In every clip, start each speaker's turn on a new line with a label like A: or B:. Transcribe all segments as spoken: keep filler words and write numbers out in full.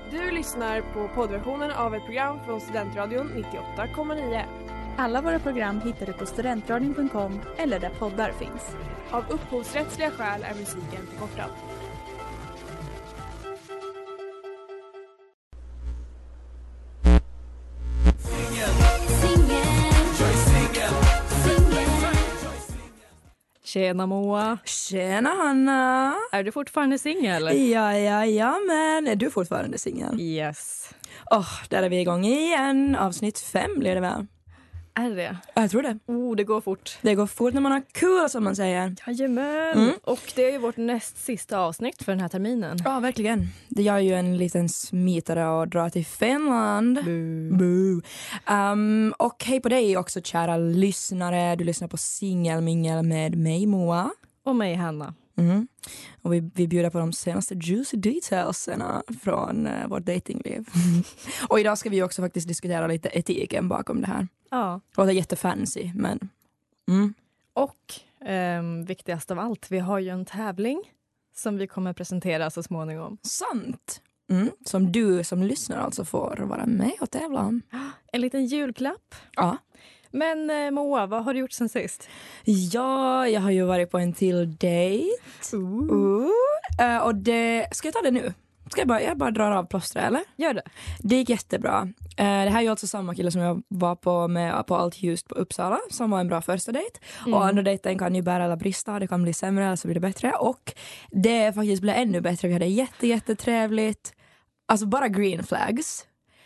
A: Du lyssnar på poddversionen av ett program från Studentradion nittioåtta komma nio.
B: Alla våra program hittar du på studentradion punkt com eller där poddar finns.
A: Av upphovsrättsliga skäl är musiken förkortad.
C: Tjena Moa.
D: Tjena Hanna.
C: Är du fortfarande singel?
D: Ja, ja, ja, men är du fortfarande singel?
C: Yes.
D: Åh, oh, där är vi igång igen. Avsnitt fem blir det väl?
C: Är det?
D: Jag tror det.
C: Oh, det går fort.
D: Det går fort när man har kul, som man säger.
C: Jajamän.
D: Mm.
C: Och det är ju vårt näst sista avsnitt för den här terminen.
D: Ja, verkligen. Det gör ju en liten smitare och dra till Finland.
C: Boo.
D: Boo. Um, och hej på dig också, kära lyssnare. Du lyssnar på Singelmingel med mig, Moa.
C: Och mig, Hanna.
D: Mm. Och vi, vi bjuder på de senaste juicy detailserna från uh, vårt datingliv. Och idag ska vi också faktiskt diskutera lite etiken bakom det här.
C: Ja.
D: Och det är jättefancy, men... Mm.
C: Och eh, viktigast av allt, vi har ju en tävling som vi kommer presentera så småningom.
D: Sant! Mm. Som du som lyssnar alltså får vara med och tävla om.
C: En liten julklapp.
D: Ja.
C: Men eh, Moa, vad har du gjort sen sist?
D: Ja, jag har ju varit på en till dejt.
C: Ooh.
D: Ooh. Uh, och det... Ska jag ta det nu? Ska jag bara, jag bara drar av plåstret, eller?
C: Gör det.
D: Det gick jättebra. Uh, det här är ju alltså samma kille som jag var på med på Allt Just på Uppsala, som var en bra första dejt. Mm. Och andra dejten kan ju bära eller brista, det kan bli sämre eller så blir det bättre. Och det faktiskt blev ännu bättre. Vi hade jätte, jättetrevligt. Alltså bara green flags.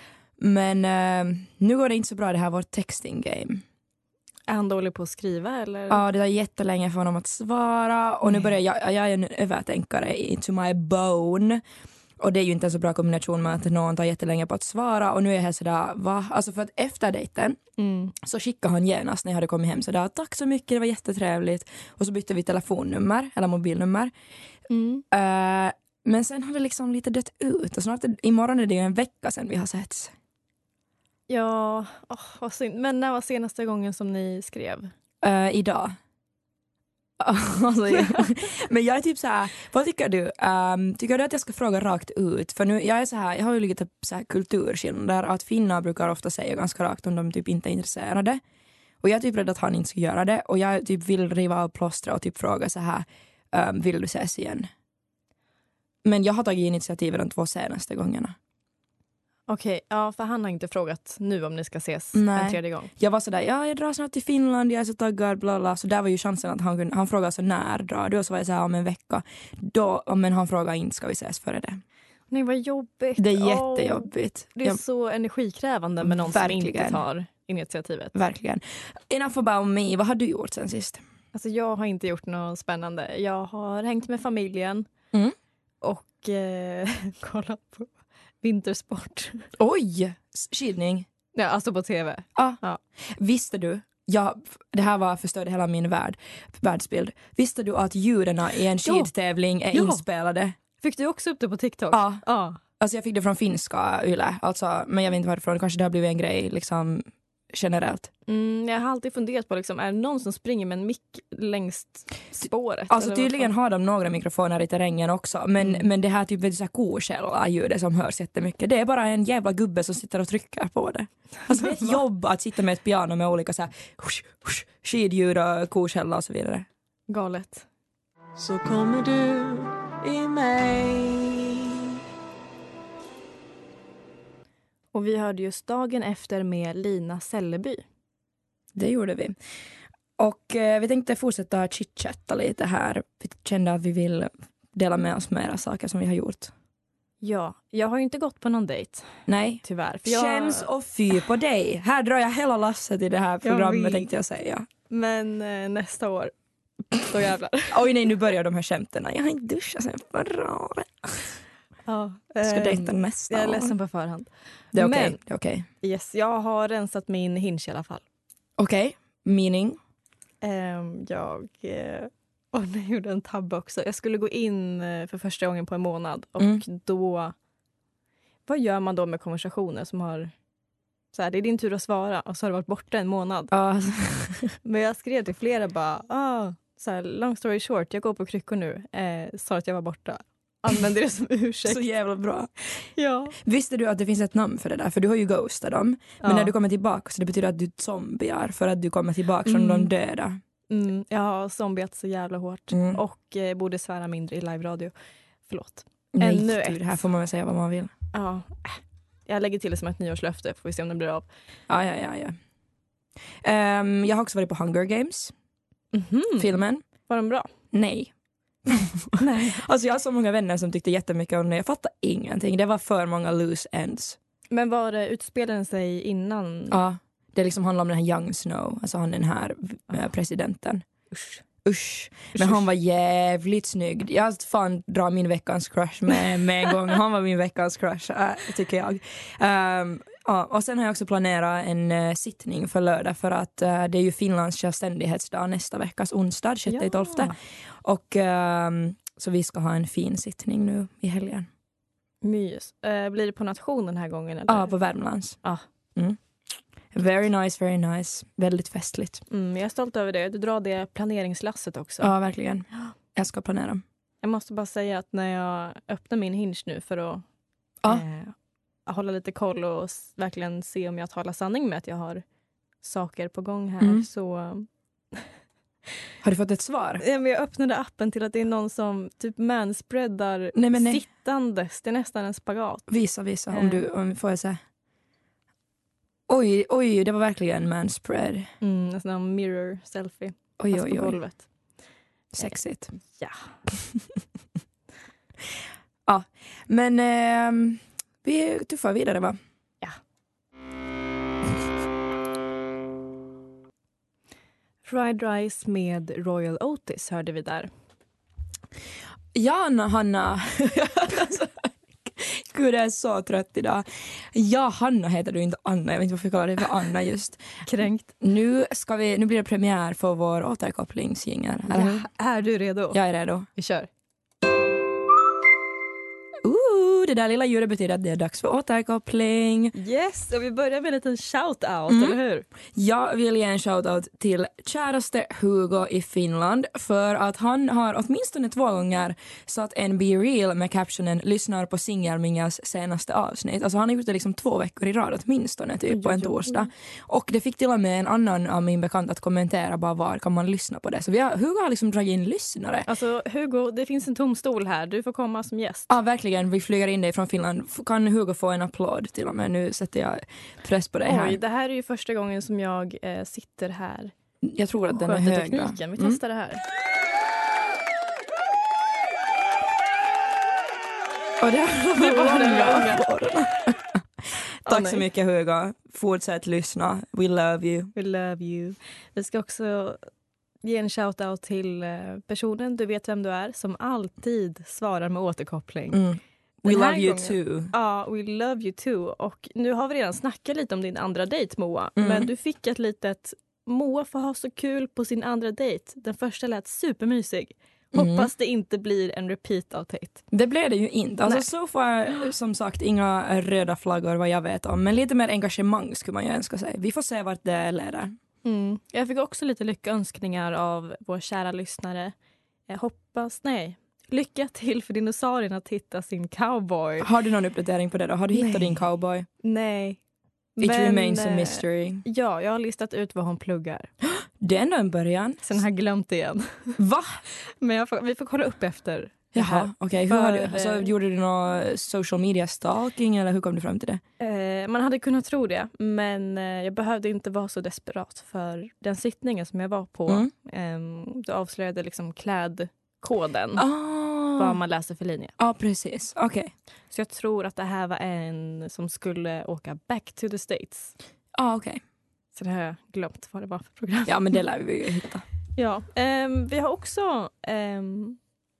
D: Men uh, nu går det inte så bra, det här vårt texting game.
C: Är han dålig på att skriva eller?
D: Ja, det var jättelänge för honom att svara. Och nu börjar jag, jag är en övertänkare into my bone. Och det är ju inte en så bra kombination med att någon tar jättelänge på att svara. Och nu är jag här sådär, va? Alltså för att efter dejten mm. så skickade han genast när jag hade kommit hem sådär, tack så mycket, det var jättetrevligt. Och så bytte vi telefonnummer, eller mobilnummer. Mm. Uh, men sen har det liksom lite dött ut. Och snart, imorgon är det ju en vecka sedan vi har setts.
C: Ja, oh, vad synd. Men när var senaste gången som ni skrev?
D: Uh, idag. Alltså, ja. Men jag är typ så här, vad tycker du? Um, tycker du att jag ska fråga rakt ut? För nu, jag är så här, jag har ju lite så här kulturskillnader att finnar brukar ofta säga ganska rakt om de typ inte är intresserade. Och jag är typ rädd att han inte ska göra det. Och jag typ vill riva av plåstra och typ fråga så här, um, vill du ses igen? Men jag har tagit initiativet de två senaste gångerna.
C: Okej, ja, för han har inte frågat nu om ni ska ses
D: Nej.
C: en tredje gång.
D: Jag var sådär, ja jag drar snart till Finland, jag är så taggad, bla bla. Så där var ju chansen att han kunde, han frågade så när drar du? Och så var jag såhär, om en vecka. Då, men han frågade inte, ska vi ses före det?
C: Nej, vad jobbigt.
D: Det är jättejobbigt.
C: Oh, det är jag, så energikrävande med någon verkligen. Som inte tar initiativet.
D: Verkligen. Enough about me, vad har du gjort sen sist?
C: Alltså jag har inte gjort något spännande. Jag har hängt med familjen
D: mm.
C: och eh, kollat på vintersport.
D: Oj, skidning.
C: Ja, alltså på tv.
D: Ja. ja. Visste du, ja, det här var förstörde hela min värld, världsbild. Visste du att ljuden i en skidtävling är ja. inspelade?
C: Fick du också upp det på TikTok?
D: Ja.
C: ja.
D: Alltså jag fick det från finska Yle, alltså, men jag vet inte varifrån. Kanske det har blivit en grej liksom generellt.
C: Mm, jag har alltid funderat på, liksom, är det någon som springer med en mick längst spåret?
D: Alltså tydligen har de några mikrofoner i terrängen också. Men, mm. men det här typ så här koskälla ljudet som hörs jättemycket. Det är bara en jävla gubbe som sitter och trycker på det. Alltså det är ett jobb att sitta med ett piano med olika så här hush, hush, skidljud och koskälla och så vidare.
C: Galet.
E: Så kommer du i mig.
C: Och vi hörde just dagen efter med Lina Sälleby.
D: Det gjorde vi. Och eh, vi tänkte fortsätta chitchatta lite här. Vi kände att vi vill dela med oss mera saker som vi har gjort.
C: Ja, jag har ju inte gått på någon dejt.
D: Nej.
C: Tyvärr. För jag...
D: Känns och fy på dig. Här drar jag hela lasset i det här programmet jag tänkte jag säga.
C: Men eh, nästa år, då jävlar.
D: Oj nej, nu börjar de här skämten. Jag har inte duschat sen förra året.
C: Ja,
D: jag ska dejta nästa
C: Jag är
D: år.
C: ledsen på förhand.
D: Det är okej.
C: Men,
D: det är okej.
C: Yes, jag har rensat min hinge i alla fall.
D: Okej, okay. Meaning?
C: Um, jag uh, oh, jag gjorde en tabbe också. Jag skulle gå in uh, för första gången på en månad. Och mm. då... Vad gör man då med konversationer som har... Så här, det är din tur att svara. Och så har det varit borta en månad.
D: Uh.
C: Men jag skrev till flera bara... Ah, så här, long story short, jag går på kryckor nu. Eh, sa att jag var borta. använder det som ursäkt.
D: Så jävla bra.
C: Ja.
D: Visste du att det finns ett namn för det där? För du har ju ghostat dem. Men
C: Ja.
D: när du kommer tillbaka så det betyder att du zombiar för att du kommer tillbaka från
C: Mm.
D: de döda.
C: Mm, jag har zombiat så jävla hårt.
D: Mm.
C: Och eh, borde svära mindre i live-radio. Förlåt.
D: Nej,
C: Ännu
D: du,
C: ett.
D: det här får man väl säga vad man vill.
C: Ja. Jag lägger till det som ett nyårslöfte. Får vi se om det blir av.
D: Ja, ja, ja, ja. Ehm, jag har också varit på Hunger Games.
C: Mhm.
D: Filmen.
C: Var de bra?
D: Nej.
C: Nej.
D: Alltså jag har så många vänner som tyckte jättemycket om det. Jag fattar ingenting. Det var för många loose ends.
C: Men var det utspelade sig innan?
D: Ja, det liksom handlar om den här Young Snow. Alltså han den här äh, presidenten.
C: Usch.
D: Usch. Men han var jävligt snygg. Jag fan drar min veckans crush med, med en gång. Han var min veckans crush, äh, tycker jag. Um, ja, och sen har jag också planerat en uh, sittning för lördag för att uh, det är ju Finlands självständighetsdag nästa veckas onsdag, sjätte tolfte. Och um, så vi ska ha en fin sittning nu i helgen.
C: Mys. Eh, blir det på nation den här gången? Eller?
D: Ja, på Värmlands.
C: Ah.
D: Mm. Very nice, very nice. Väldigt festligt.
C: Mm, jag är stolt över det. Du drar det planeringslasset också.
D: Ja, verkligen. Jag ska planera.
C: Jag måste bara säga att när jag öppnar min Hinge nu för att
D: Ja.
C: eh, hålla lite koll och s- verkligen se om jag talar sanning med att jag har saker på gång här
D: Mm.
C: så...
D: Har du fått ett svar?
C: Ja, men jag öppnade appen till att det är någon som typ manspreadar
D: Nej, men nej.
C: sittandes. Det är nästan en spagat.
D: Visa, visa. Om
C: Eh.
D: du, om, får jag säga. Oj, oj, det var verkligen manspread.
C: Mm, en sån här mirror selfie.
D: Oj,
C: Fast
D: oj,
C: på
D: oj.
C: golvet.
D: Sexigt.
C: Ja.
D: Ja, men ehm, vi tuffar vidare, va?
C: Ja. Fried rice med Royal Otis hörde vi där.
D: Ja, Anna, Hanna. Alltså, Gud, jag är så trött idag. Ja, Hanna heter du, inte Anna. Jag vet inte varför jag kallar dig för Anna just.
C: Kränkt.
D: Nu, ska vi, nu blir det premiär för vår återkopplingsjingel. Eller hur?
C: Ja, är du redo?
D: Jag är redo.
C: Vi kör.
D: Ooh, det där lilla ljudet betyder att det är dags för återkoppling.
C: Yes, och vi börjar med en liten shout-out,
D: Mm.
C: eller hur?
D: Jag vill ge en shoutout till käraste Hugo i Finland för att han har åtminstone två gånger satt en Be Real med captionen lyssnar på Singelmingas senaste avsnitt. Alltså han har gjort det liksom två veckor i rad åtminstone typ på en torsdag. Och det fick till och med en annan av min bekant att kommentera bara var kan man lyssna på det. Så vi har, Hugo har liksom dragit in lyssnare.
C: Alltså Hugo, det finns en tom stol här. Du får komma som gäst.
D: Ja, verkligen. Vi flyger in dig från Finland. F- Kan Hugo få en applåd till och med? Nu sätter jag press på dig här.
C: Oj, det här är ju första gången som jag eh, sitter här.
D: Jag tror att den är
C: Sköter
D: hög. då.
C: tekniken. Vi
D: Mm.
C: testar det här.
D: Och det
C: Det var den långa.
D: Tack
C: Åh,
D: så
C: nej.
D: mycket Hugo. Fortsätt lyssna. We love you.
C: We love you. Vi ska också ge en shout-out till eh, personen, du vet vem du är, som alltid svarar med återkoppling.
D: Mm. We
C: Den här
D: love you
C: gången-
D: too.
C: Ja, we love you too. Och nu har vi redan snackat lite om din andra dejt, Moa.
D: Mm.
C: Men du fick ett litet Moa får ha så kul på sin andra dejt. Den första lät supermysig.
D: Mm.
C: Hoppas det inte blir en repeat av dejt.
D: Det blev det ju inte. Alltså
C: Nej.
D: så far, som sagt, inga röda flaggor vad jag vet om. Men lite mer engagemang skulle man ju önska sig. Vi får se vart det leder.
C: Mm. Jag fick också lite lyckönskningar av vår kära lyssnare. Jag hoppas, nej. Lycka till för dinosaurien att hitta sin cowboy.
D: Har du någon uppdatering på det då? Har du hittat
C: Nej.
D: din cowboy?
C: Nej.
D: It
C: Men,
D: remains a
C: eh,
D: mystery.
C: Ja, jag har listat ut vad hon pluggar.
D: Det är ändå en början.
C: Sen har jag glömt det igen.
D: Va?
C: Men jag får, vi får kolla upp efter. det här.
D: Jaha, okej. Hur har du,
C: För,
D: alltså,
C: eh,
D: gjorde du någon social media stalking eller hur kom du fram till det?
C: Eh, man hade kunnat tro det, men eh, jag behövde inte vara så desperat för den sittningen som jag var på.
D: Mm.
C: Eh, du avslöjade liksom klädkoden,
D: Ah,
C: vad man läser för linje.
D: ja, precis. Okej.
C: Så jag tror att det här var en som skulle åka back to the States.
D: Ah, okej.
C: Så det har jag glömt vad det var för program.
D: Ja, men det lär vi ju hitta.
C: Ja, ehm, vi har också... ehm,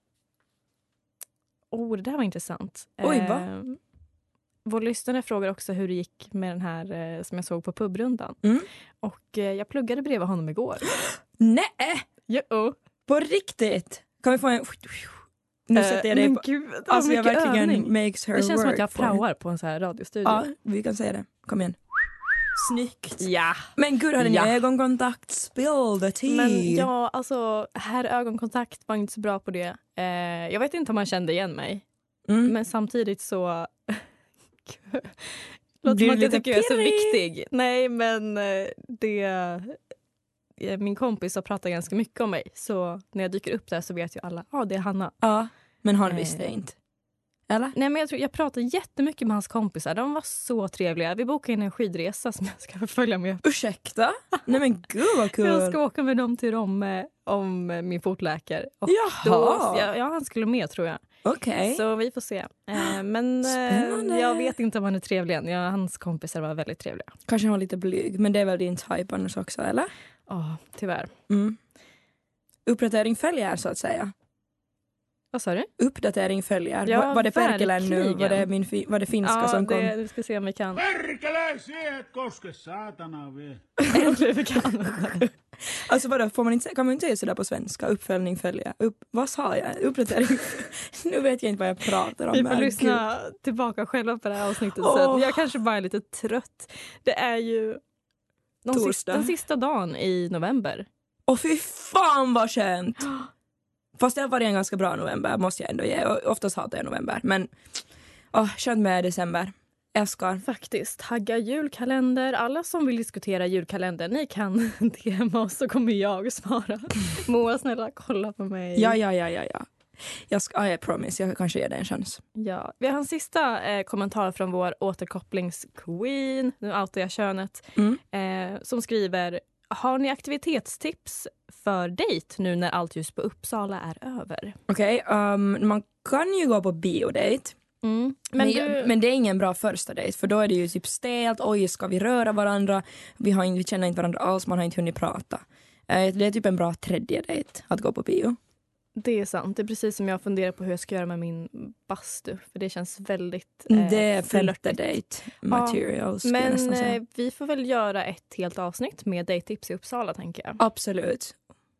C: oh, det där var intressant.
D: Oj, va?
C: Ehm, vår lyssnare frågar också hur det gick med den här eh, som jag såg på pubrundan.
D: Mm.
C: Och eh, jag pluggade bredvid honom igår.
D: Nej!
C: Jo.
D: På riktigt? Kan vi få en... Nu sätter jag dig
C: men
D: på...
C: gud, det var
D: Alltså jag
C: mycket
D: verkligen
C: övning.
D: makes her
C: Det känns som
D: work
C: att jag
D: for it.
C: praoar på en så här radiostudio.
D: Ja, vi kan säga det. Kom igen. Snyggt.
C: Ja.
D: Men gud, hade ni
C: Ja.
D: ögonkontakt? Spill the tea.
C: Men ja, alltså här ögonkontakt var inte så bra på det. Eh, jag vet inte om han kände igen mig.
D: Mm.
C: Men samtidigt så... Låter
D: Blir
C: som att
D: du
C: jag
D: lite
C: tycker jag är så
D: pirrig?
C: viktig. Nej, men eh, det... eh, Min kompis har pratat ganska mycket om mig. Så när jag dyker upp där så vet ju alla, ja ah, det är Hanna.
D: Ja, men han
C: Eh.
D: visste inte. Eller?
C: Nej, men jag, tror, jag pratade jättemycket med hans kompisar. De var så trevliga. Vi bokade in en skidresa som jag ska följa med.
D: Ursäkta? Nej men gud vad kul.
C: Jag ska åka med dem till Romme om eh, min fotläkare. Och
D: Jaha.
C: då, ja, ja, han skulle med tror jag.
D: Okej.
C: Så vi får se. Eh, men
D: Spännande.
C: eh, jag vet inte om han är trevlig än. Ja, hans kompisar var väldigt trevliga.
D: Kanske han var lite blyg, men det är väl din type annars också, eller?
C: Ja, tyvärr.
D: Mm. Uppdatering följer så att säga.
C: Vad sa du?
D: Uppdatering följer.
C: Ja,
D: var, var det Perkelen nu?
C: verkligen.
D: Var det, min, fi- var det finska
C: Ja,
D: som kom?
C: det, vi ska se om vi kan.
F: Perkele, siihen koske saatana vielä.
C: Äntligen vi kan.
D: Alltså vadå, får man inte, kan man inte säga sådär på svenska? Uppföljning följer. Upp, vad sa jag? Uppdatering. Nu vet jag inte vad jag pratar om.
C: Vi får
D: här.
C: lyssna tillbaka själva på det här avsnittet
D: Åh.
C: sen. Jag kanske bara är lite trött. Det är ju de
D: Torsdag.
C: sista, den sista dagen i november.
D: Åh fy fan vad skönt! Fast det har varit en ganska bra november, måste jag ändå ge. Och oftast hatar jag november, men åh, skönt med december. Älskar.
C: Faktiskt. Hagga julkalender. Alla som vill diskutera julkalender, ni kan D M oss så kommer jag svara. Moa, snälla kolla på mig.
D: Ja, ja, ja, ja, ja. Jag ska, I promise, jag kanske ger det en chans.
C: Ja. Vi har en sista eh, kommentar från vår återkopplingsqueen, nu outar jag könet,
D: Mm.
C: eh, som skriver: har ni aktivitetstips för dejt nu när allt just på Uppsala är över?
D: Okej, um, man kan ju gå på biodate.
C: Mm. Men,
D: Men,
C: du...
D: men det är ingen bra första dejt, för då är det ju typ stelt. Oj, ska vi röra varandra? Vi, har inte, vi känner inte varandra alls, man har inte hunnit prata. Eh, det är typ en bra tredje dejt att gå på bio.
C: Det är sant. Det är precis som jag funderar på hur jag ska göra med min bastu. För det känns väldigt eh,
D: Det är femte
C: flörtigt.
D: dejt material, skulle jag
C: Men
D: nästan säga.
C: eh, vi får väl göra ett helt avsnitt med dejttips i Uppsala, tänker jag.
D: Absolut.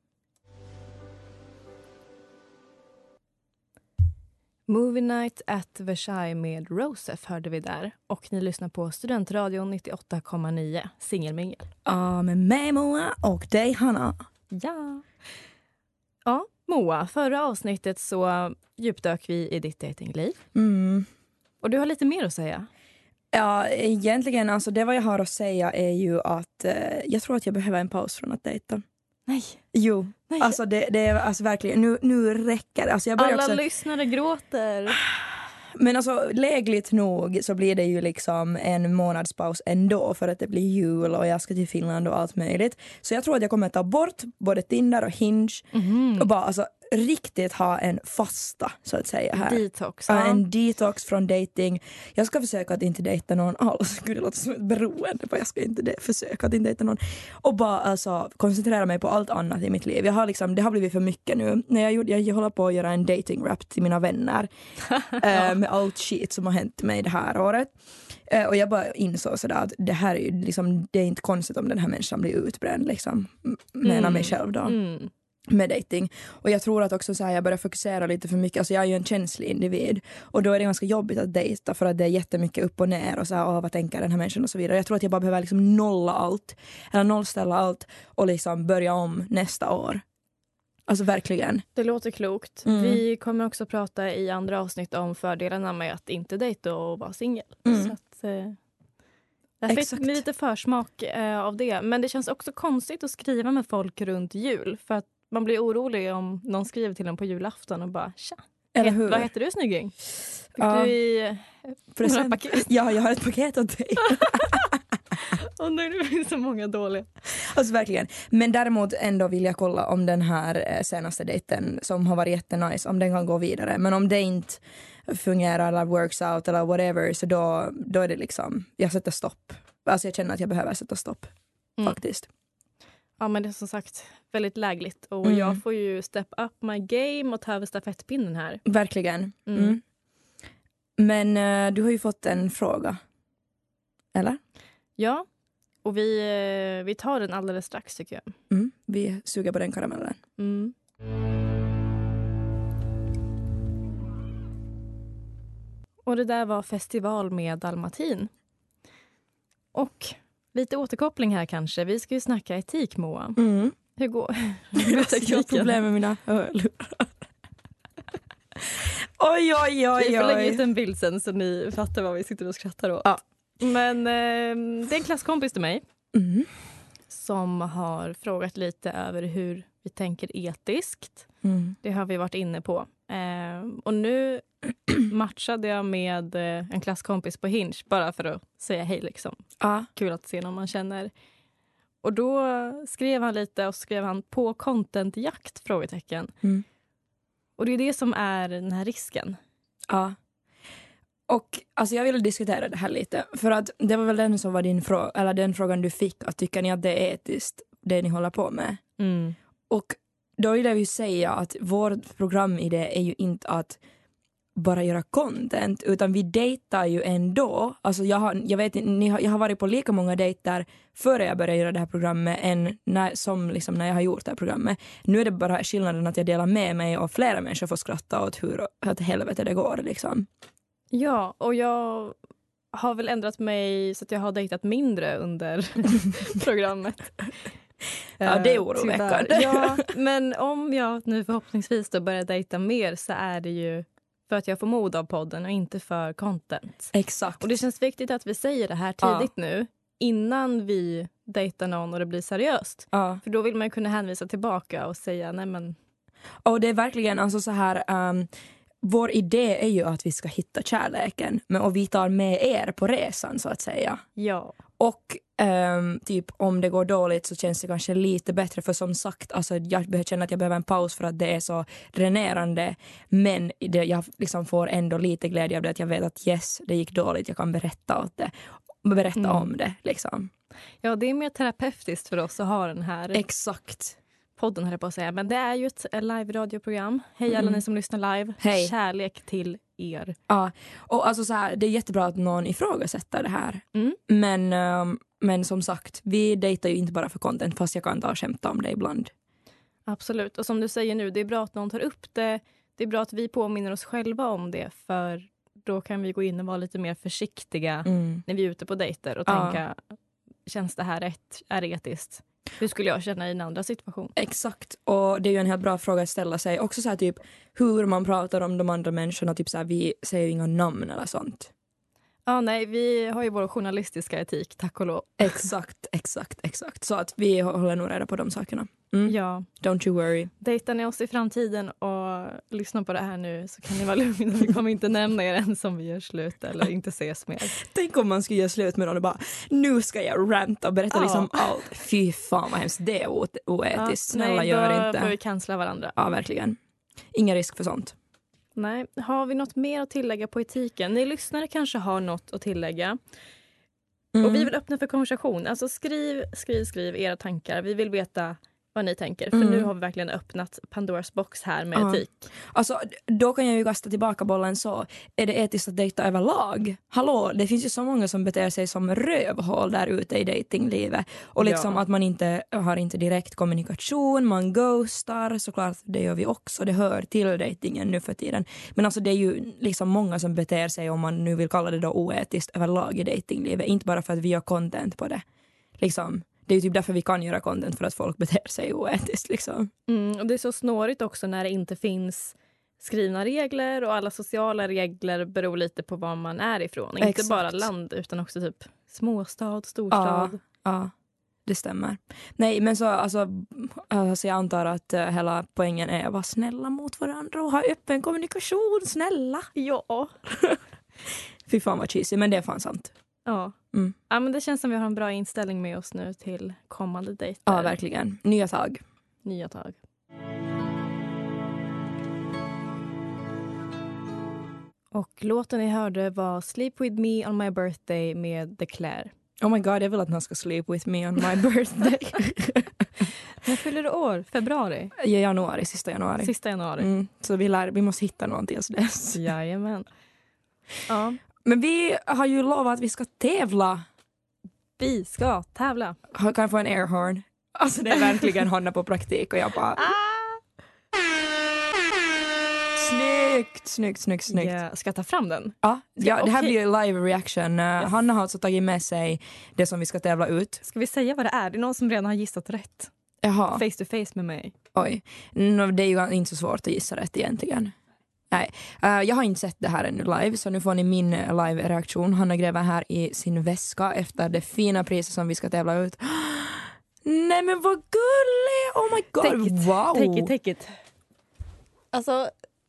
C: Movie Night at Versailles med Rosef hörde vi där. Och ni lyssnar på Studentradion nittioåtta komma nio, Singelmingel.
D: Ja, med mig Moa och dig Hanna.
C: Ja. Ja, Moa, förra avsnittet så djupdök vi i ditt datingliv.
D: Mm.
C: Och du har lite mer att säga.
D: Ja, egentligen, alltså det vad jag har att säga är ju att eh, jag tror att jag behöver en paus från att dejta.
C: Nej.
D: Jo,
C: Nej.
D: alltså det, det är alltså verkligen, nu, nu räcker det. Alltså jag börjar
C: Alla
D: också,
C: lyssnare gråter.
D: men alltså lägligt nog så blir det ju liksom en månadspaus ändå för att det blir jul och jag ska till Finland och allt möjligt. Så jag tror att jag kommer ta bort både Tinder och Hinge
C: Mm.
D: och bara alltså riktigt ha en fasta så att säga här.
C: Detox.
D: Ja,
C: Ja.
D: en detox från dating. Jag ska försöka att inte dejta någon alls. Gud, det låter som ett beroende. Jag ska inte de- försöka att inte dejta någon. Och bara alltså, koncentrera mig på allt annat i mitt liv. Jag har liksom, det har blivit för mycket nu. När jag, gjorde, jag håller på att göra en dating-rap till mina vänner. eh, med allt shit som har hänt mig det här året. Eh, och jag bara insåg sådär att det här är ju liksom, det är inte konstigt om den här människan blir utbränd. Liksom, m- menar
C: Mm.
D: mig själv då.
C: Mm.
D: Med dating. Och jag tror att också så här, jag börjar fokusera lite för mycket. Alltså jag är ju en känslig individ. Och då är det ganska jobbigt att dejta för att det är jättemycket upp och ner och så här, åh, vad tänker den här människan och så vidare. Jag tror att jag bara behöver liksom nolla allt. Eller nollställa allt och liksom börja om nästa år. Alltså verkligen.
C: Det låter klokt.
D: Mm.
C: Vi kommer också prata i andra avsnitt om fördelarna med att inte dejta och vara singel.
D: Mm.
C: Så att, eh, där fick
D: Exakt.
C: vi lite försmak eh, av det. Men det känns också konstigt att skriva med folk runt jul. För att man blir orolig om någon skriver till en på julafton och bara tja.
D: Eller
C: Het-
D: hur?
C: Vad heter du, snygging? Fick
D: Ja.
C: du i eh,
D: Present.
C: några paket?
D: Ja, jag har ett paket åt dig.
C: Och nu det finns så många dåliga.
D: Alltså verkligen. Men däremot ändå vill jag kolla om den här eh, senaste dejten som har varit jättenice, om den kan gå vidare. Men om det inte fungerar eller works out eller whatever, så då, då är det liksom, jag sätter stopp. Alltså jag känner att jag behöver sätta stopp.
C: Mm.
D: Faktiskt.
C: Ja, men det är som sagt väldigt lägligt. Och
D: Mm.
C: jag får ju step up my game och ta över stafettpinnen här.
D: Verkligen.
C: Mm.
D: Mm. Men eh, du har ju fått en fråga. Eller?
C: Ja, och vi, eh, vi tar den alldeles strax tycker jag.
D: Mm. Vi suger på den karamellen.
C: Mm. Och det där var festival med Dalmatin. Och lite återkoppling här kanske. Vi ska ju snacka etik, Moa.
D: Mm.
C: Hur går
D: Jag har problem med mina hörlurar. Oj, oj, oj,
C: Vi får lägga ut
D: oj.
C: en bild sen så ni fattar vad vi sitter och skrattar åt.
D: Ja.
C: Men eh, det är en klasskompis till mig
D: Mm.
C: som har frågat lite över hur vi tänker etiskt.
D: Mm.
C: Det har vi varit inne på. Eh, och nu matchade jag med eh, en klasskompis på Hinge bara för att säga hej liksom.
D: Ja.
C: Kul att se någon man känner. Och då skrev han lite och skrev han på contentjakt frågetecken.
D: Mm.
C: Och det är det som är den här risken.
D: Ja. Och alltså jag ville diskutera det här lite. För att det var väl den som var din fråga, eller den frågan du fick. Att tycker ni att det är etiskt, det ni håller på med?
C: Mm.
D: Och då vill jag ju säga att vårt programidé är ju inte att bara göra content, utan vi dejtar ju ändå. Alltså jag har, jag vet ni har, jag har varit på lika många dejter före jag började göra det här programmet än när, som liksom när jag har gjort det här programmet. Nu är det bara skillnaden att jag delar med mig och flera människor får skratta åt hur att helvete det går liksom.
C: Ja, och jag har väl ändrat mig så att jag har dejtat mindre under programmet.
D: Ja, det är
C: Eh,
D: oroväckande.
C: tyvärr. Ja, men om jag nu förhoppningsvis då börjar dejta mer så är det ju för att jag får mod av podden och inte för content.
D: Exakt.
C: Och det känns viktigt att vi säger det här tidigt
D: Ja.
C: nu innan vi dejtar någon och det blir seriöst.
D: Ja.
C: För då vill man ju kunna hänvisa tillbaka och säga nej men
D: Och det är verkligen alltså så här um, vår idé är ju att vi ska hitta kärleken, men och vi tar med er på resan så att säga.
C: ja.
D: Och um, typ om det går dåligt så känns det kanske lite bättre, för som sagt alltså jag behöver känna att jag behöver en paus för att det är så dränerande, men det, jag liksom får ändå lite glädje av det, att jag vet att yes, det gick dåligt, jag kan berätta åt det berätta
C: Mm.
D: om det liksom.
C: Ja, det är mer terapeutiskt för oss att ha den här
D: Exakt.
C: podden här på att säga. Men det är ju ett live-radioprogram. Hej alla
D: Mm.
C: ni som lyssnar live.
D: Hej.
C: Kärlek till er.
D: Ja, och alltså så här, det är jättebra att någon ifrågasätter det här.
C: Mm.
D: Men, um, men som sagt, vi dejtar ju inte bara för content, fast jag kan ta och skämta om det ibland.
C: Absolut. Och som du säger nu, det är bra att någon tar upp det. Det är bra att vi påminner oss själva om det. För då kan vi gå in och vara lite mer försiktiga
D: Mm.
C: när vi är ute på dejter. Och
D: Ja.
C: tänka, känns det här rätt? Är det etiskt? Hur skulle jag känna i en andra situation?
D: Exakt, och det är ju en helt bra fråga att ställa sig. Också så här typ hur man pratar om de andra människorna, typ så här, vi säger ju inga namn eller sånt.
C: Ja, nej, vi har ju vår journalistiska etik, tack och lov.
D: Exakt, exakt, exakt. Så att vi håller nog reda på de sakerna. Mm.
C: Ja,
D: Don't you worry.
C: dejtar ni oss i framtiden och lyssnar på det här nu så kan ni vara lugna. Vi kommer inte nämna er än som vi gör slut eller inte ses mer.
D: Tänk om man skulle göra slut med någon och bara, nu ska jag ranta och berätta
C: Ja.
D: liksom allt. Fy fan vad hemskt, det är o- oetiskt. Snälla
C: nej,
D: gör
C: då
D: inte.
C: får vi cancella varandra.
D: Ja, verkligen. Ingen risk för sånt.
C: Nej, har vi något mer att tillägga på etiken? Ni lyssnare kanske har något att tillägga.
D: Mm.
C: Och vi vill öppna för konversation. Alltså skriv, skriv, skriv era tankar. Vi vill veta vad ni tänker. För
D: Mm.
C: nu har vi verkligen öppnat Pandoras box här med
D: Ja.
C: etik.
D: Alltså, då kan jag ju kasta tillbaka bollen så. Är det etiskt att dejta överlag? Hallå, det finns ju så många som beter sig som rövhål där ute i dejtinglivet. Och liksom
C: Ja.
D: att man inte har inte direkt kommunikation, man ghostar, såklart det gör vi också. Det hör till dejtingen nu för tiden. Men alltså det är ju liksom många som beter sig, om man nu vill kalla det då oetiskt, överlag i dejtinglivet. Inte bara för att vi gör content på det. Liksom. Det är ju typ därför vi kan göra content, för att folk beter sig oetiskt liksom.
C: Mm, och det är så snårigt också när det inte finns skrivna regler och alla sociala regler beror lite på var man är ifrån. Inte
D: Exakt.
C: bara land utan också typ småstad, storstad.
D: Ja, det stämmer. Nej, men så alltså, alltså jag antar att uh, hela poängen är att vara snälla mot varandra och ha öppen kommunikation, snälla.
C: Ja.
D: Fy fan vad cheesy, men det är fan sant.
C: Ja.
D: Mm.
C: Ja, men det känns som vi har en bra inställning med oss nu till kommande dejter.
D: Ja, verkligen. Nya tag.
C: Nya tag. Och låten ni hörde var Sleep With Me On My Birthday med The Claire.
D: Oh my god, jag vill att någon ska sleep with me on my birthday.
C: När fyller du år? Februari?
D: I januari, sista januari.
C: Sista januari?
D: Mm, så vi, lär, vi måste hitta någon tills dess.
C: Jajamän. Ja.
D: Men vi har ju lovat att vi ska tävla.
C: Vi ska tävla.
D: Kan jag få en airhorn? Alltså det är verkligen Hanna på praktik och jag bara... Snyggt, snyggt, snyggt, snyggt.
C: Ja, ska jag ta fram den?
D: Ja, ja, det här
C: okej.
D: blir ju live reaction. Uh,
C: Yes.
D: Hanna har alltså tagit med sig det som vi ska tävla ut.
C: Ska vi säga vad det är? Det är någon som redan har gissat rätt.
D: Jaha,
C: Face to face med mig.
D: oj. No, det är ju inte så svårt att gissa rätt egentligen. Nej, uh, jag har inte sett det här ännu live, så nu får ni min live-reaktion. Hanna gräver här i sin väska efter det fina priset som vi ska tävla ut. Nej men vad gullig! Oh my god,
C: Take it.
D: wow!
C: Take it, take it. Alltså,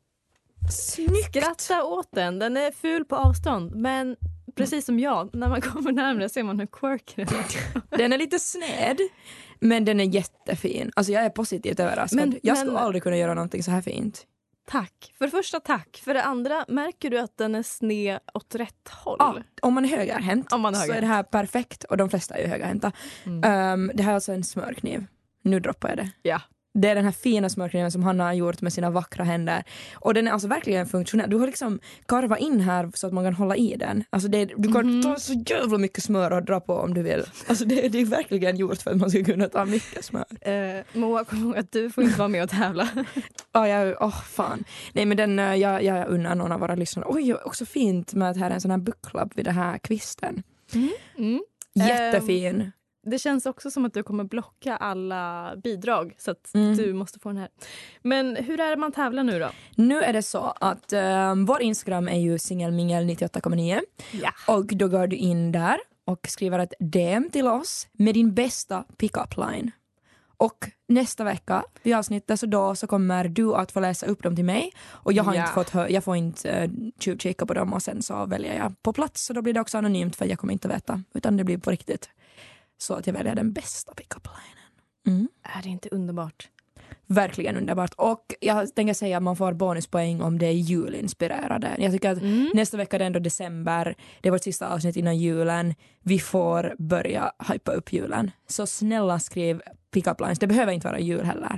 D: Snyggt!
C: skratta åt den. Den är ful på avstånd, men precis som jag, när man kommer närmare ser man hur quirky den är.
D: Den är lite sned, men den är jättefin. Alltså jag är positivt överraskad.
C: Men-
D: jag
C: men-
D: skulle aldrig kunna göra någonting så här fint.
C: Tack. För det första, tack. För det andra, märker du att den är sned åt rätt håll?
D: Ja, om man är högerhänt
C: Om man är
D: så är det
C: högerhänt.
D: här perfekt. Och de flesta är ju högerhänta.
C: Mm.
D: Um, det här är alltså en smörkniv. Nu droppar jag det.
C: Ja.
D: Det är den här fina smörkniven som Hanna har gjort med sina vackra händer. Och den är alltså verkligen funktionell. Du har liksom karvat in här så att man kan hålla i den. Alltså det, du kan
C: Mhm.
D: ta så jävla mycket smör och dra på om du vill. Alltså det, det är verkligen gjort för att man ska kunna ta mycket smör.
C: Eh, Moa, kom ihåg att du får inte vara med och tävla.
D: Ja, jag, åh fan. Nej men den, eh, jag, jag undrar någon av våra lyssnare. Oj, också fint med att här är en sån här bucklapp vid det här kvisten.
C: Mm.
D: Jättefin.
C: Det känns också som att du kommer blocka alla bidrag, så att
D: Mm.
C: du måste få den här. Men hur är det man tävlar nu då?
D: Nu är det så att eh, vår Instagram är ju singelmingel nittioåtta komma nio.
C: Ja.
D: Och då går du in där och skriver ett D M till oss med din bästa pick-up line. Och nästa vecka vid avsnittet så då så kommer du att få läsa upp dem till mig. Och jag har
C: Ja.
D: inte fått hö- jag får inte uh, tjuvkika på dem och sen så väljer jag på plats. Så då blir det också anonymt för jag kommer inte veta. Utan det blir på riktigt. Så att jag väljer den bästa pick-up-linen. Mm.
C: Är det inte underbart?
D: Verkligen underbart. Och jag tänker säga att man får bonuspoäng om det är julinspirerade. Jag tycker att
C: Mm.
D: nästa vecka är det ändå december. Det är vårt sista avsnitt innan julen. Vi får börja hypa upp julen. Så snälla skriv pick-up lines. Det behöver inte vara jul heller.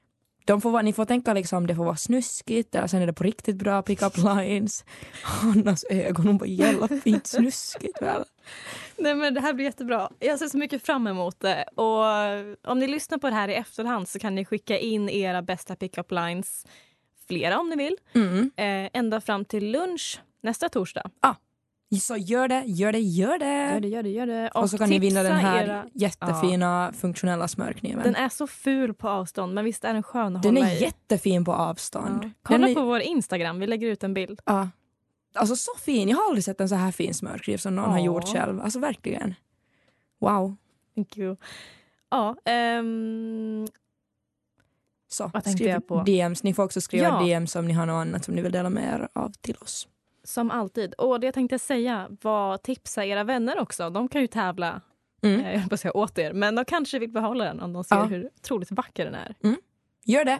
D: De får vara, ni får tänka liksom det får vara snuskigt eller sen är det på riktigt bra pick-up lines. Hannas ögon, hon bara jävla fint snuskigt väl.
C: Nej, men det här blir jättebra. Jag ser så mycket fram emot det. Och om ni lyssnar på det här i efterhand så kan ni skicka in era bästa pick-up lines. Flera om ni vill.
D: Mm.
C: Eh, ända fram till lunch nästa torsdag.
D: Så gör det, gör det, gör det.
C: Gör det, gör det, gör det.
D: Och så kan ni vinna den
C: tipsa
D: här
C: era-
D: jättefina funktionella smörkniven.
C: Den är så ful på avstånd, men visst är den skön att
D: Den
C: hålla
D: är
C: i.
D: jättefin på avstånd.
C: Ja. Kolla
D: Den är,
C: på vår Instagram, vi lägger ut en bild.
D: Ja. Alltså så fin. Jag har aldrig sett en så här fin smörkniv som någon har
C: Ja.
D: gjort själv. Alltså verkligen. Wow.
C: Thank you. Ja, ehm,
D: Så,
C: Vad tänkte
D: skriv
C: jag på?
D: D Ms. Ni får också skriva
C: Ja.
D: D Ms om ni har något annat som ni vill dela med er av till oss.
C: som alltid. Och det jag tänkte säga var tipsa era vänner också. De kan ju tävla,
D: Mm.
C: eh, jag höll på att säga åt er, men de kanske vill behålla den om de ser
D: Ja.
C: hur otroligt vacker den är.
D: Gör det.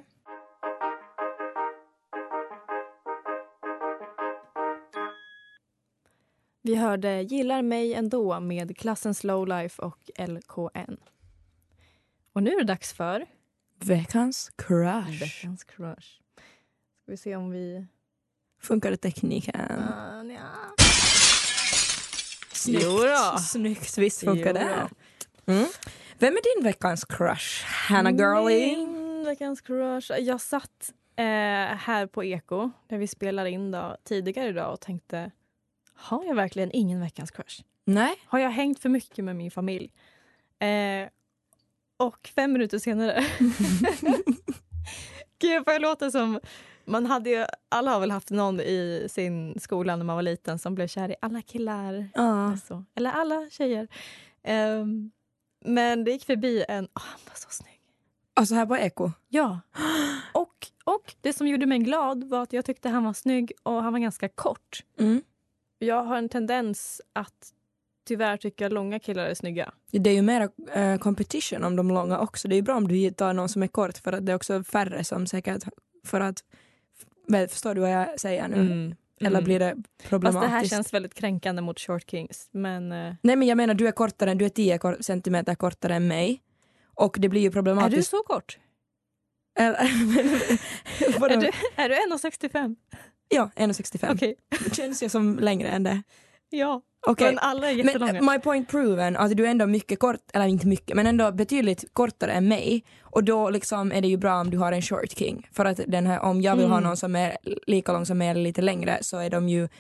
C: Vi hörde Gillar mig ändå med Klassens Lowlife och L K N. Och nu är det dags för
D: Veckans crush.
C: veckans crush. Ska vi se om vi...
D: Funkar tekniken?
C: Uh, nja.
D: Snyggt.
C: Jo då.
D: Snyggt. Visst funkar
C: Jo
D: det.
C: då.
D: Mm. Vem är din veckans crush? Hannah Girlie?
C: Min veckans crush. Jag satt eh, här på Eko där vi spelar in då, tidigare idag och tänkte, har jag verkligen ingen veckans crush?
D: Nej.
C: Har jag hängt för mycket med min familj? Eh, och fem minuter senare Gud, får jag låta som man hade ju, alla har väl haft någon i sin skola när man var liten som blev kär i alla killar.
D: Ja.
C: Alltså. Eller alla tjejer. Um, men det gick förbi en, oh, han var så snygg.
D: Alltså här på Eko?
C: Ja. Och, och det som gjorde mig glad var att jag tyckte han var snygg och han var ganska kort.
D: Mm.
C: Jag har en tendens att tyvärr tycka långa killar är snygga.
D: Det är ju mer uh, competition om de långa också. Det är ju bra om du tar någon som är kort för att det är också färre som säkert för att väl, förstår du vad jag säger nu?
C: Mm.
D: Eller blir det problematiskt?
C: Fast det här känns väldigt kränkande mot short kings. Men, eh,
D: Nej men jag menar du är kortare, du är tio kor- centimeter kortare än mig. Och det blir ju
C: är
D: problematiskt.
C: du så kort?
D: Eller,
C: Är du, är du en komma sextiofem?
D: Ja, en komma sextiofem.
C: Okej.
D: Känns jag som längre än det.
C: Ja.
D: Okej.
C: Men alla är jättelånga.
D: Men my point proven, att du är ändå mycket kort, eller inte mycket, men ändå betydligt kortare än mig. Och då liksom är det ju bra om du har en short king. För att den här, om jag vill ha
C: Mm.
D: någon som är lika lång som mig eller lite längre så är de ju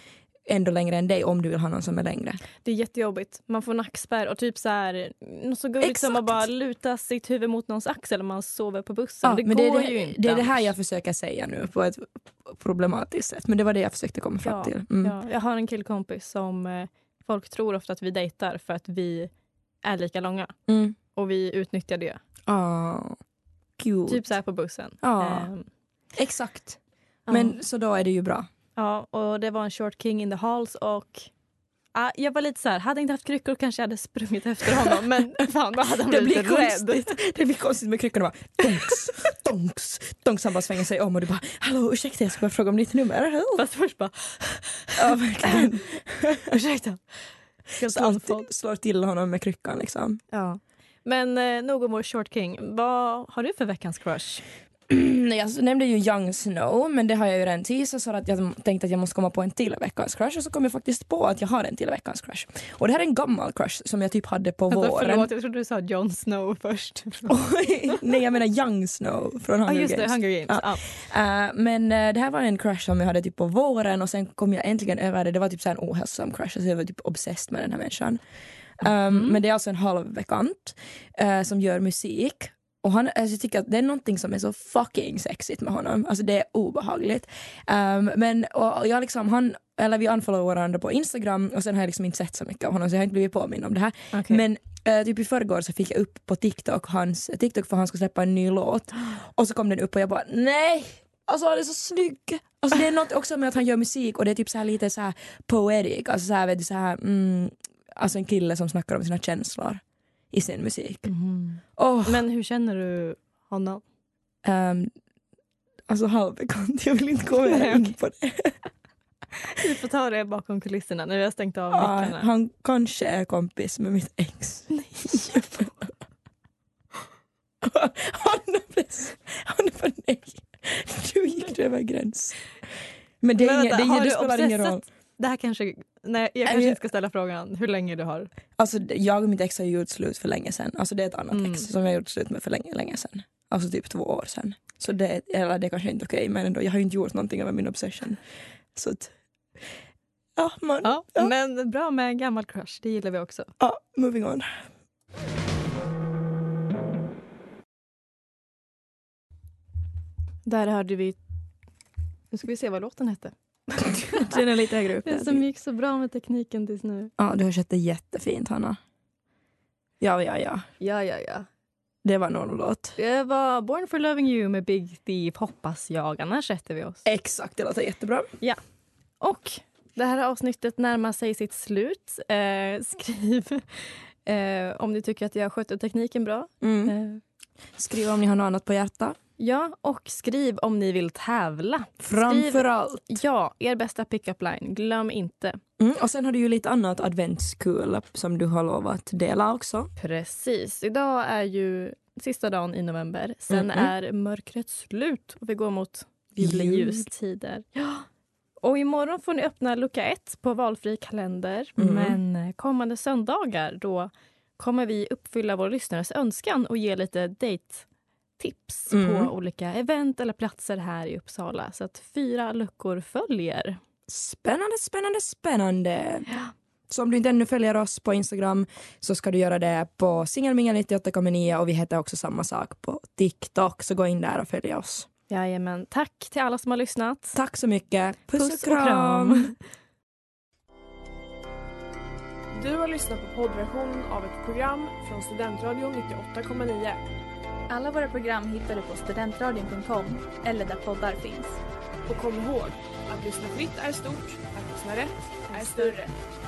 D: ändå längre än dig om du vill ha någon som är längre.
C: Det är jättejobbigt. Man får nackspärr och typ så här, något så gulligt som att bara luta sitt huvud mot någons axel när man sover på bussen.
D: Ja,
C: det
D: men
C: går
D: det är det,
C: ju inte.
D: Det är det här jag försöker säga nu på ett problematiskt sätt. Men det var det jag försökte komma fram
C: ja,
D: till. Mm.
C: Ja, jag har en killkompis som eh, folk tror ofta att vi dejtar för att vi är lika långa.
D: Mm.
C: Och vi utnyttjar det.
D: Oh, cute.
C: Typ så här på bussen.
D: Ja,
C: Um,
D: exakt.
C: ja.
D: Men så då är det ju bra.
C: Ja, och det var en short king in the halls och ah, jag var lite så här, hade jag inte haft kryckor kanske jag hade sprungit efter honom, men fan då hade han
D: Det
C: blivit
D: blir
C: rädd.
D: konstigt. Det blir konstigt med kryckorna bara donks, donks, donks. Han bara svänger sig om och du bara, hallå ursäkta jag ska bara fråga om ditt nummer.
C: Fast först bara,
D: Ja verkligen.
C: ursäkta.
D: Slår till, slår till honom med kryckan liksom.
C: Ja. Men eh, nog om vår short king. Vad har du för veckans crush?
D: Nej, jag nämnde ju Young Snow, men det har jag ju redan teasat så att jag tänkte att jag måste komma på en till veckans crush och så kom jag faktiskt på att jag har en till veckans crush. Och det här är en gammal crush som jag typ hade på
C: Vänta,
D: våren.
C: förlåt, jag trodde du sa Jon Snow först.
D: Oj, nej, jag menar Young Snow från Hunger
C: Ja, just
D: Games.
C: det, Hunger Games.
D: Ja.
C: Ja.
D: Uh, men uh, det här var en crush som jag hade typ på våren och sen kom jag äntligen över det. Det var typ så här en ohälsosam crush, så jag var typ obsessed med den här människan. Um,
C: Mm.
D: Men det är alltså en halvbekant uh, som gör musik. Och han, alltså jag tycker att det är någonting som är så fucking sexigt med honom. Alltså det är obehagligt. Um, men och jag liksom, han, eller vi unfollowar varandra på Instagram och sen har jag liksom inte sett så mycket av honom så jag har inte blivit påminn om det här.
C: Okay.
D: Men uh, typ i förrgår så fick jag upp på TikTok hans TikTok för han ska släppa en ny låt. Och så kom den upp och jag bara, nej! Alltså han är så snygg. Alltså det är något också med att han gör musik och det är typ så här lite så här poetic. Alltså så här, vet du, så här, mm, alltså en kille som snackar om sina känslor i sin musik.
C: Mm.
D: Oh.
C: Men hur känner du honom?
D: Um, alltså halvbekant, jag vill inte gå mer in på det.
C: Vi får ta det bakom kulisserna när vi har stängt av
D: Ja,
C: mickarna.
D: han kanske är kompis med mitt ex. Nej. han är bara nej. Du gick över gräns. Men det, är
C: Men
D: inga,
C: vänta,
D: det,
C: har
D: det
C: du
D: spelar ingen roll.
C: Det här kanske, nej, jag kanske inte ska ställa frågan hur länge du har.
D: Alltså jag och mitt ex har gjort slut för länge sedan. Alltså det är ett annat
C: Mm.
D: ex som jag har gjort slut med för länge, länge sedan. Alltså typ två år sedan. Så det, eller det är kanske inte okej, men ändå, jag har ju inte gjort någonting över min obsession. Så att, ja, man,
C: Ja,
D: ja.
C: men bra med en gammal crush, det gillar vi också.
D: Ja, moving on.
C: Där hörde vi, nu ska vi se vad låten hette.
D: Den är lite högre upp.
C: Det som gick så bra med tekniken tills nu.
D: Ja, du har sett det jättefint, Hanna. Ja, ja, ja.
C: Ja, ja, ja.
D: Det var någon låt.
C: Det var Born for Loving You med Big Thief, hoppas jag. Annars sätter vi oss.
D: Exakt, det låter jättebra.
C: Och det här avsnittet närmar sig sitt slut. Eh, skriv eh, om ni tycker att jag sköter tekniken bra.
D: Mm.
C: Eh,
D: Skriv om ni har något annat på hjärta.
C: ja, och skriv om ni vill tävla.
D: Framförallt.
C: Ja, er bästa pick-up line. Glöm inte.
D: Mm. Och sen har du ju lite annat adventskul som du har lovat dela också.
C: Precis. Idag är ju sista dagen i november. Sen
D: Mm-mm.
C: är mörkret slut och vi går mot juleljus-tider. Ja. Och imorgon får ni öppna lucka ett på valfri kalender.
D: Mm.
C: Men kommande söndagar då kommer vi uppfylla vår lyssnares önskan och ge lite date-tips
D: Mm.
C: på olika event eller platser här i Uppsala. Så att fyra luckor följer.
D: Spännande, spännande, spännande. Så om du inte ännu följer oss på Instagram så ska du göra det på singelmingel nittioåtta komma nio och vi heter också samma sak på TikTok. Så gå in där och följ oss.
C: Jajamän. Tack till alla som har lyssnat.
D: Tack så mycket. Puss,
C: Puss
D: och
C: och
D: kram.
C: kram.
A: Du har lyssnat på poddversion av ett program från Studentradion nittioåtta komma nio.
B: Alla våra program hittar du på studentradion punkt com eller där poddar finns.
A: Och kom ihåg, att lyssna fritt är stort, att lyssna rätt är större.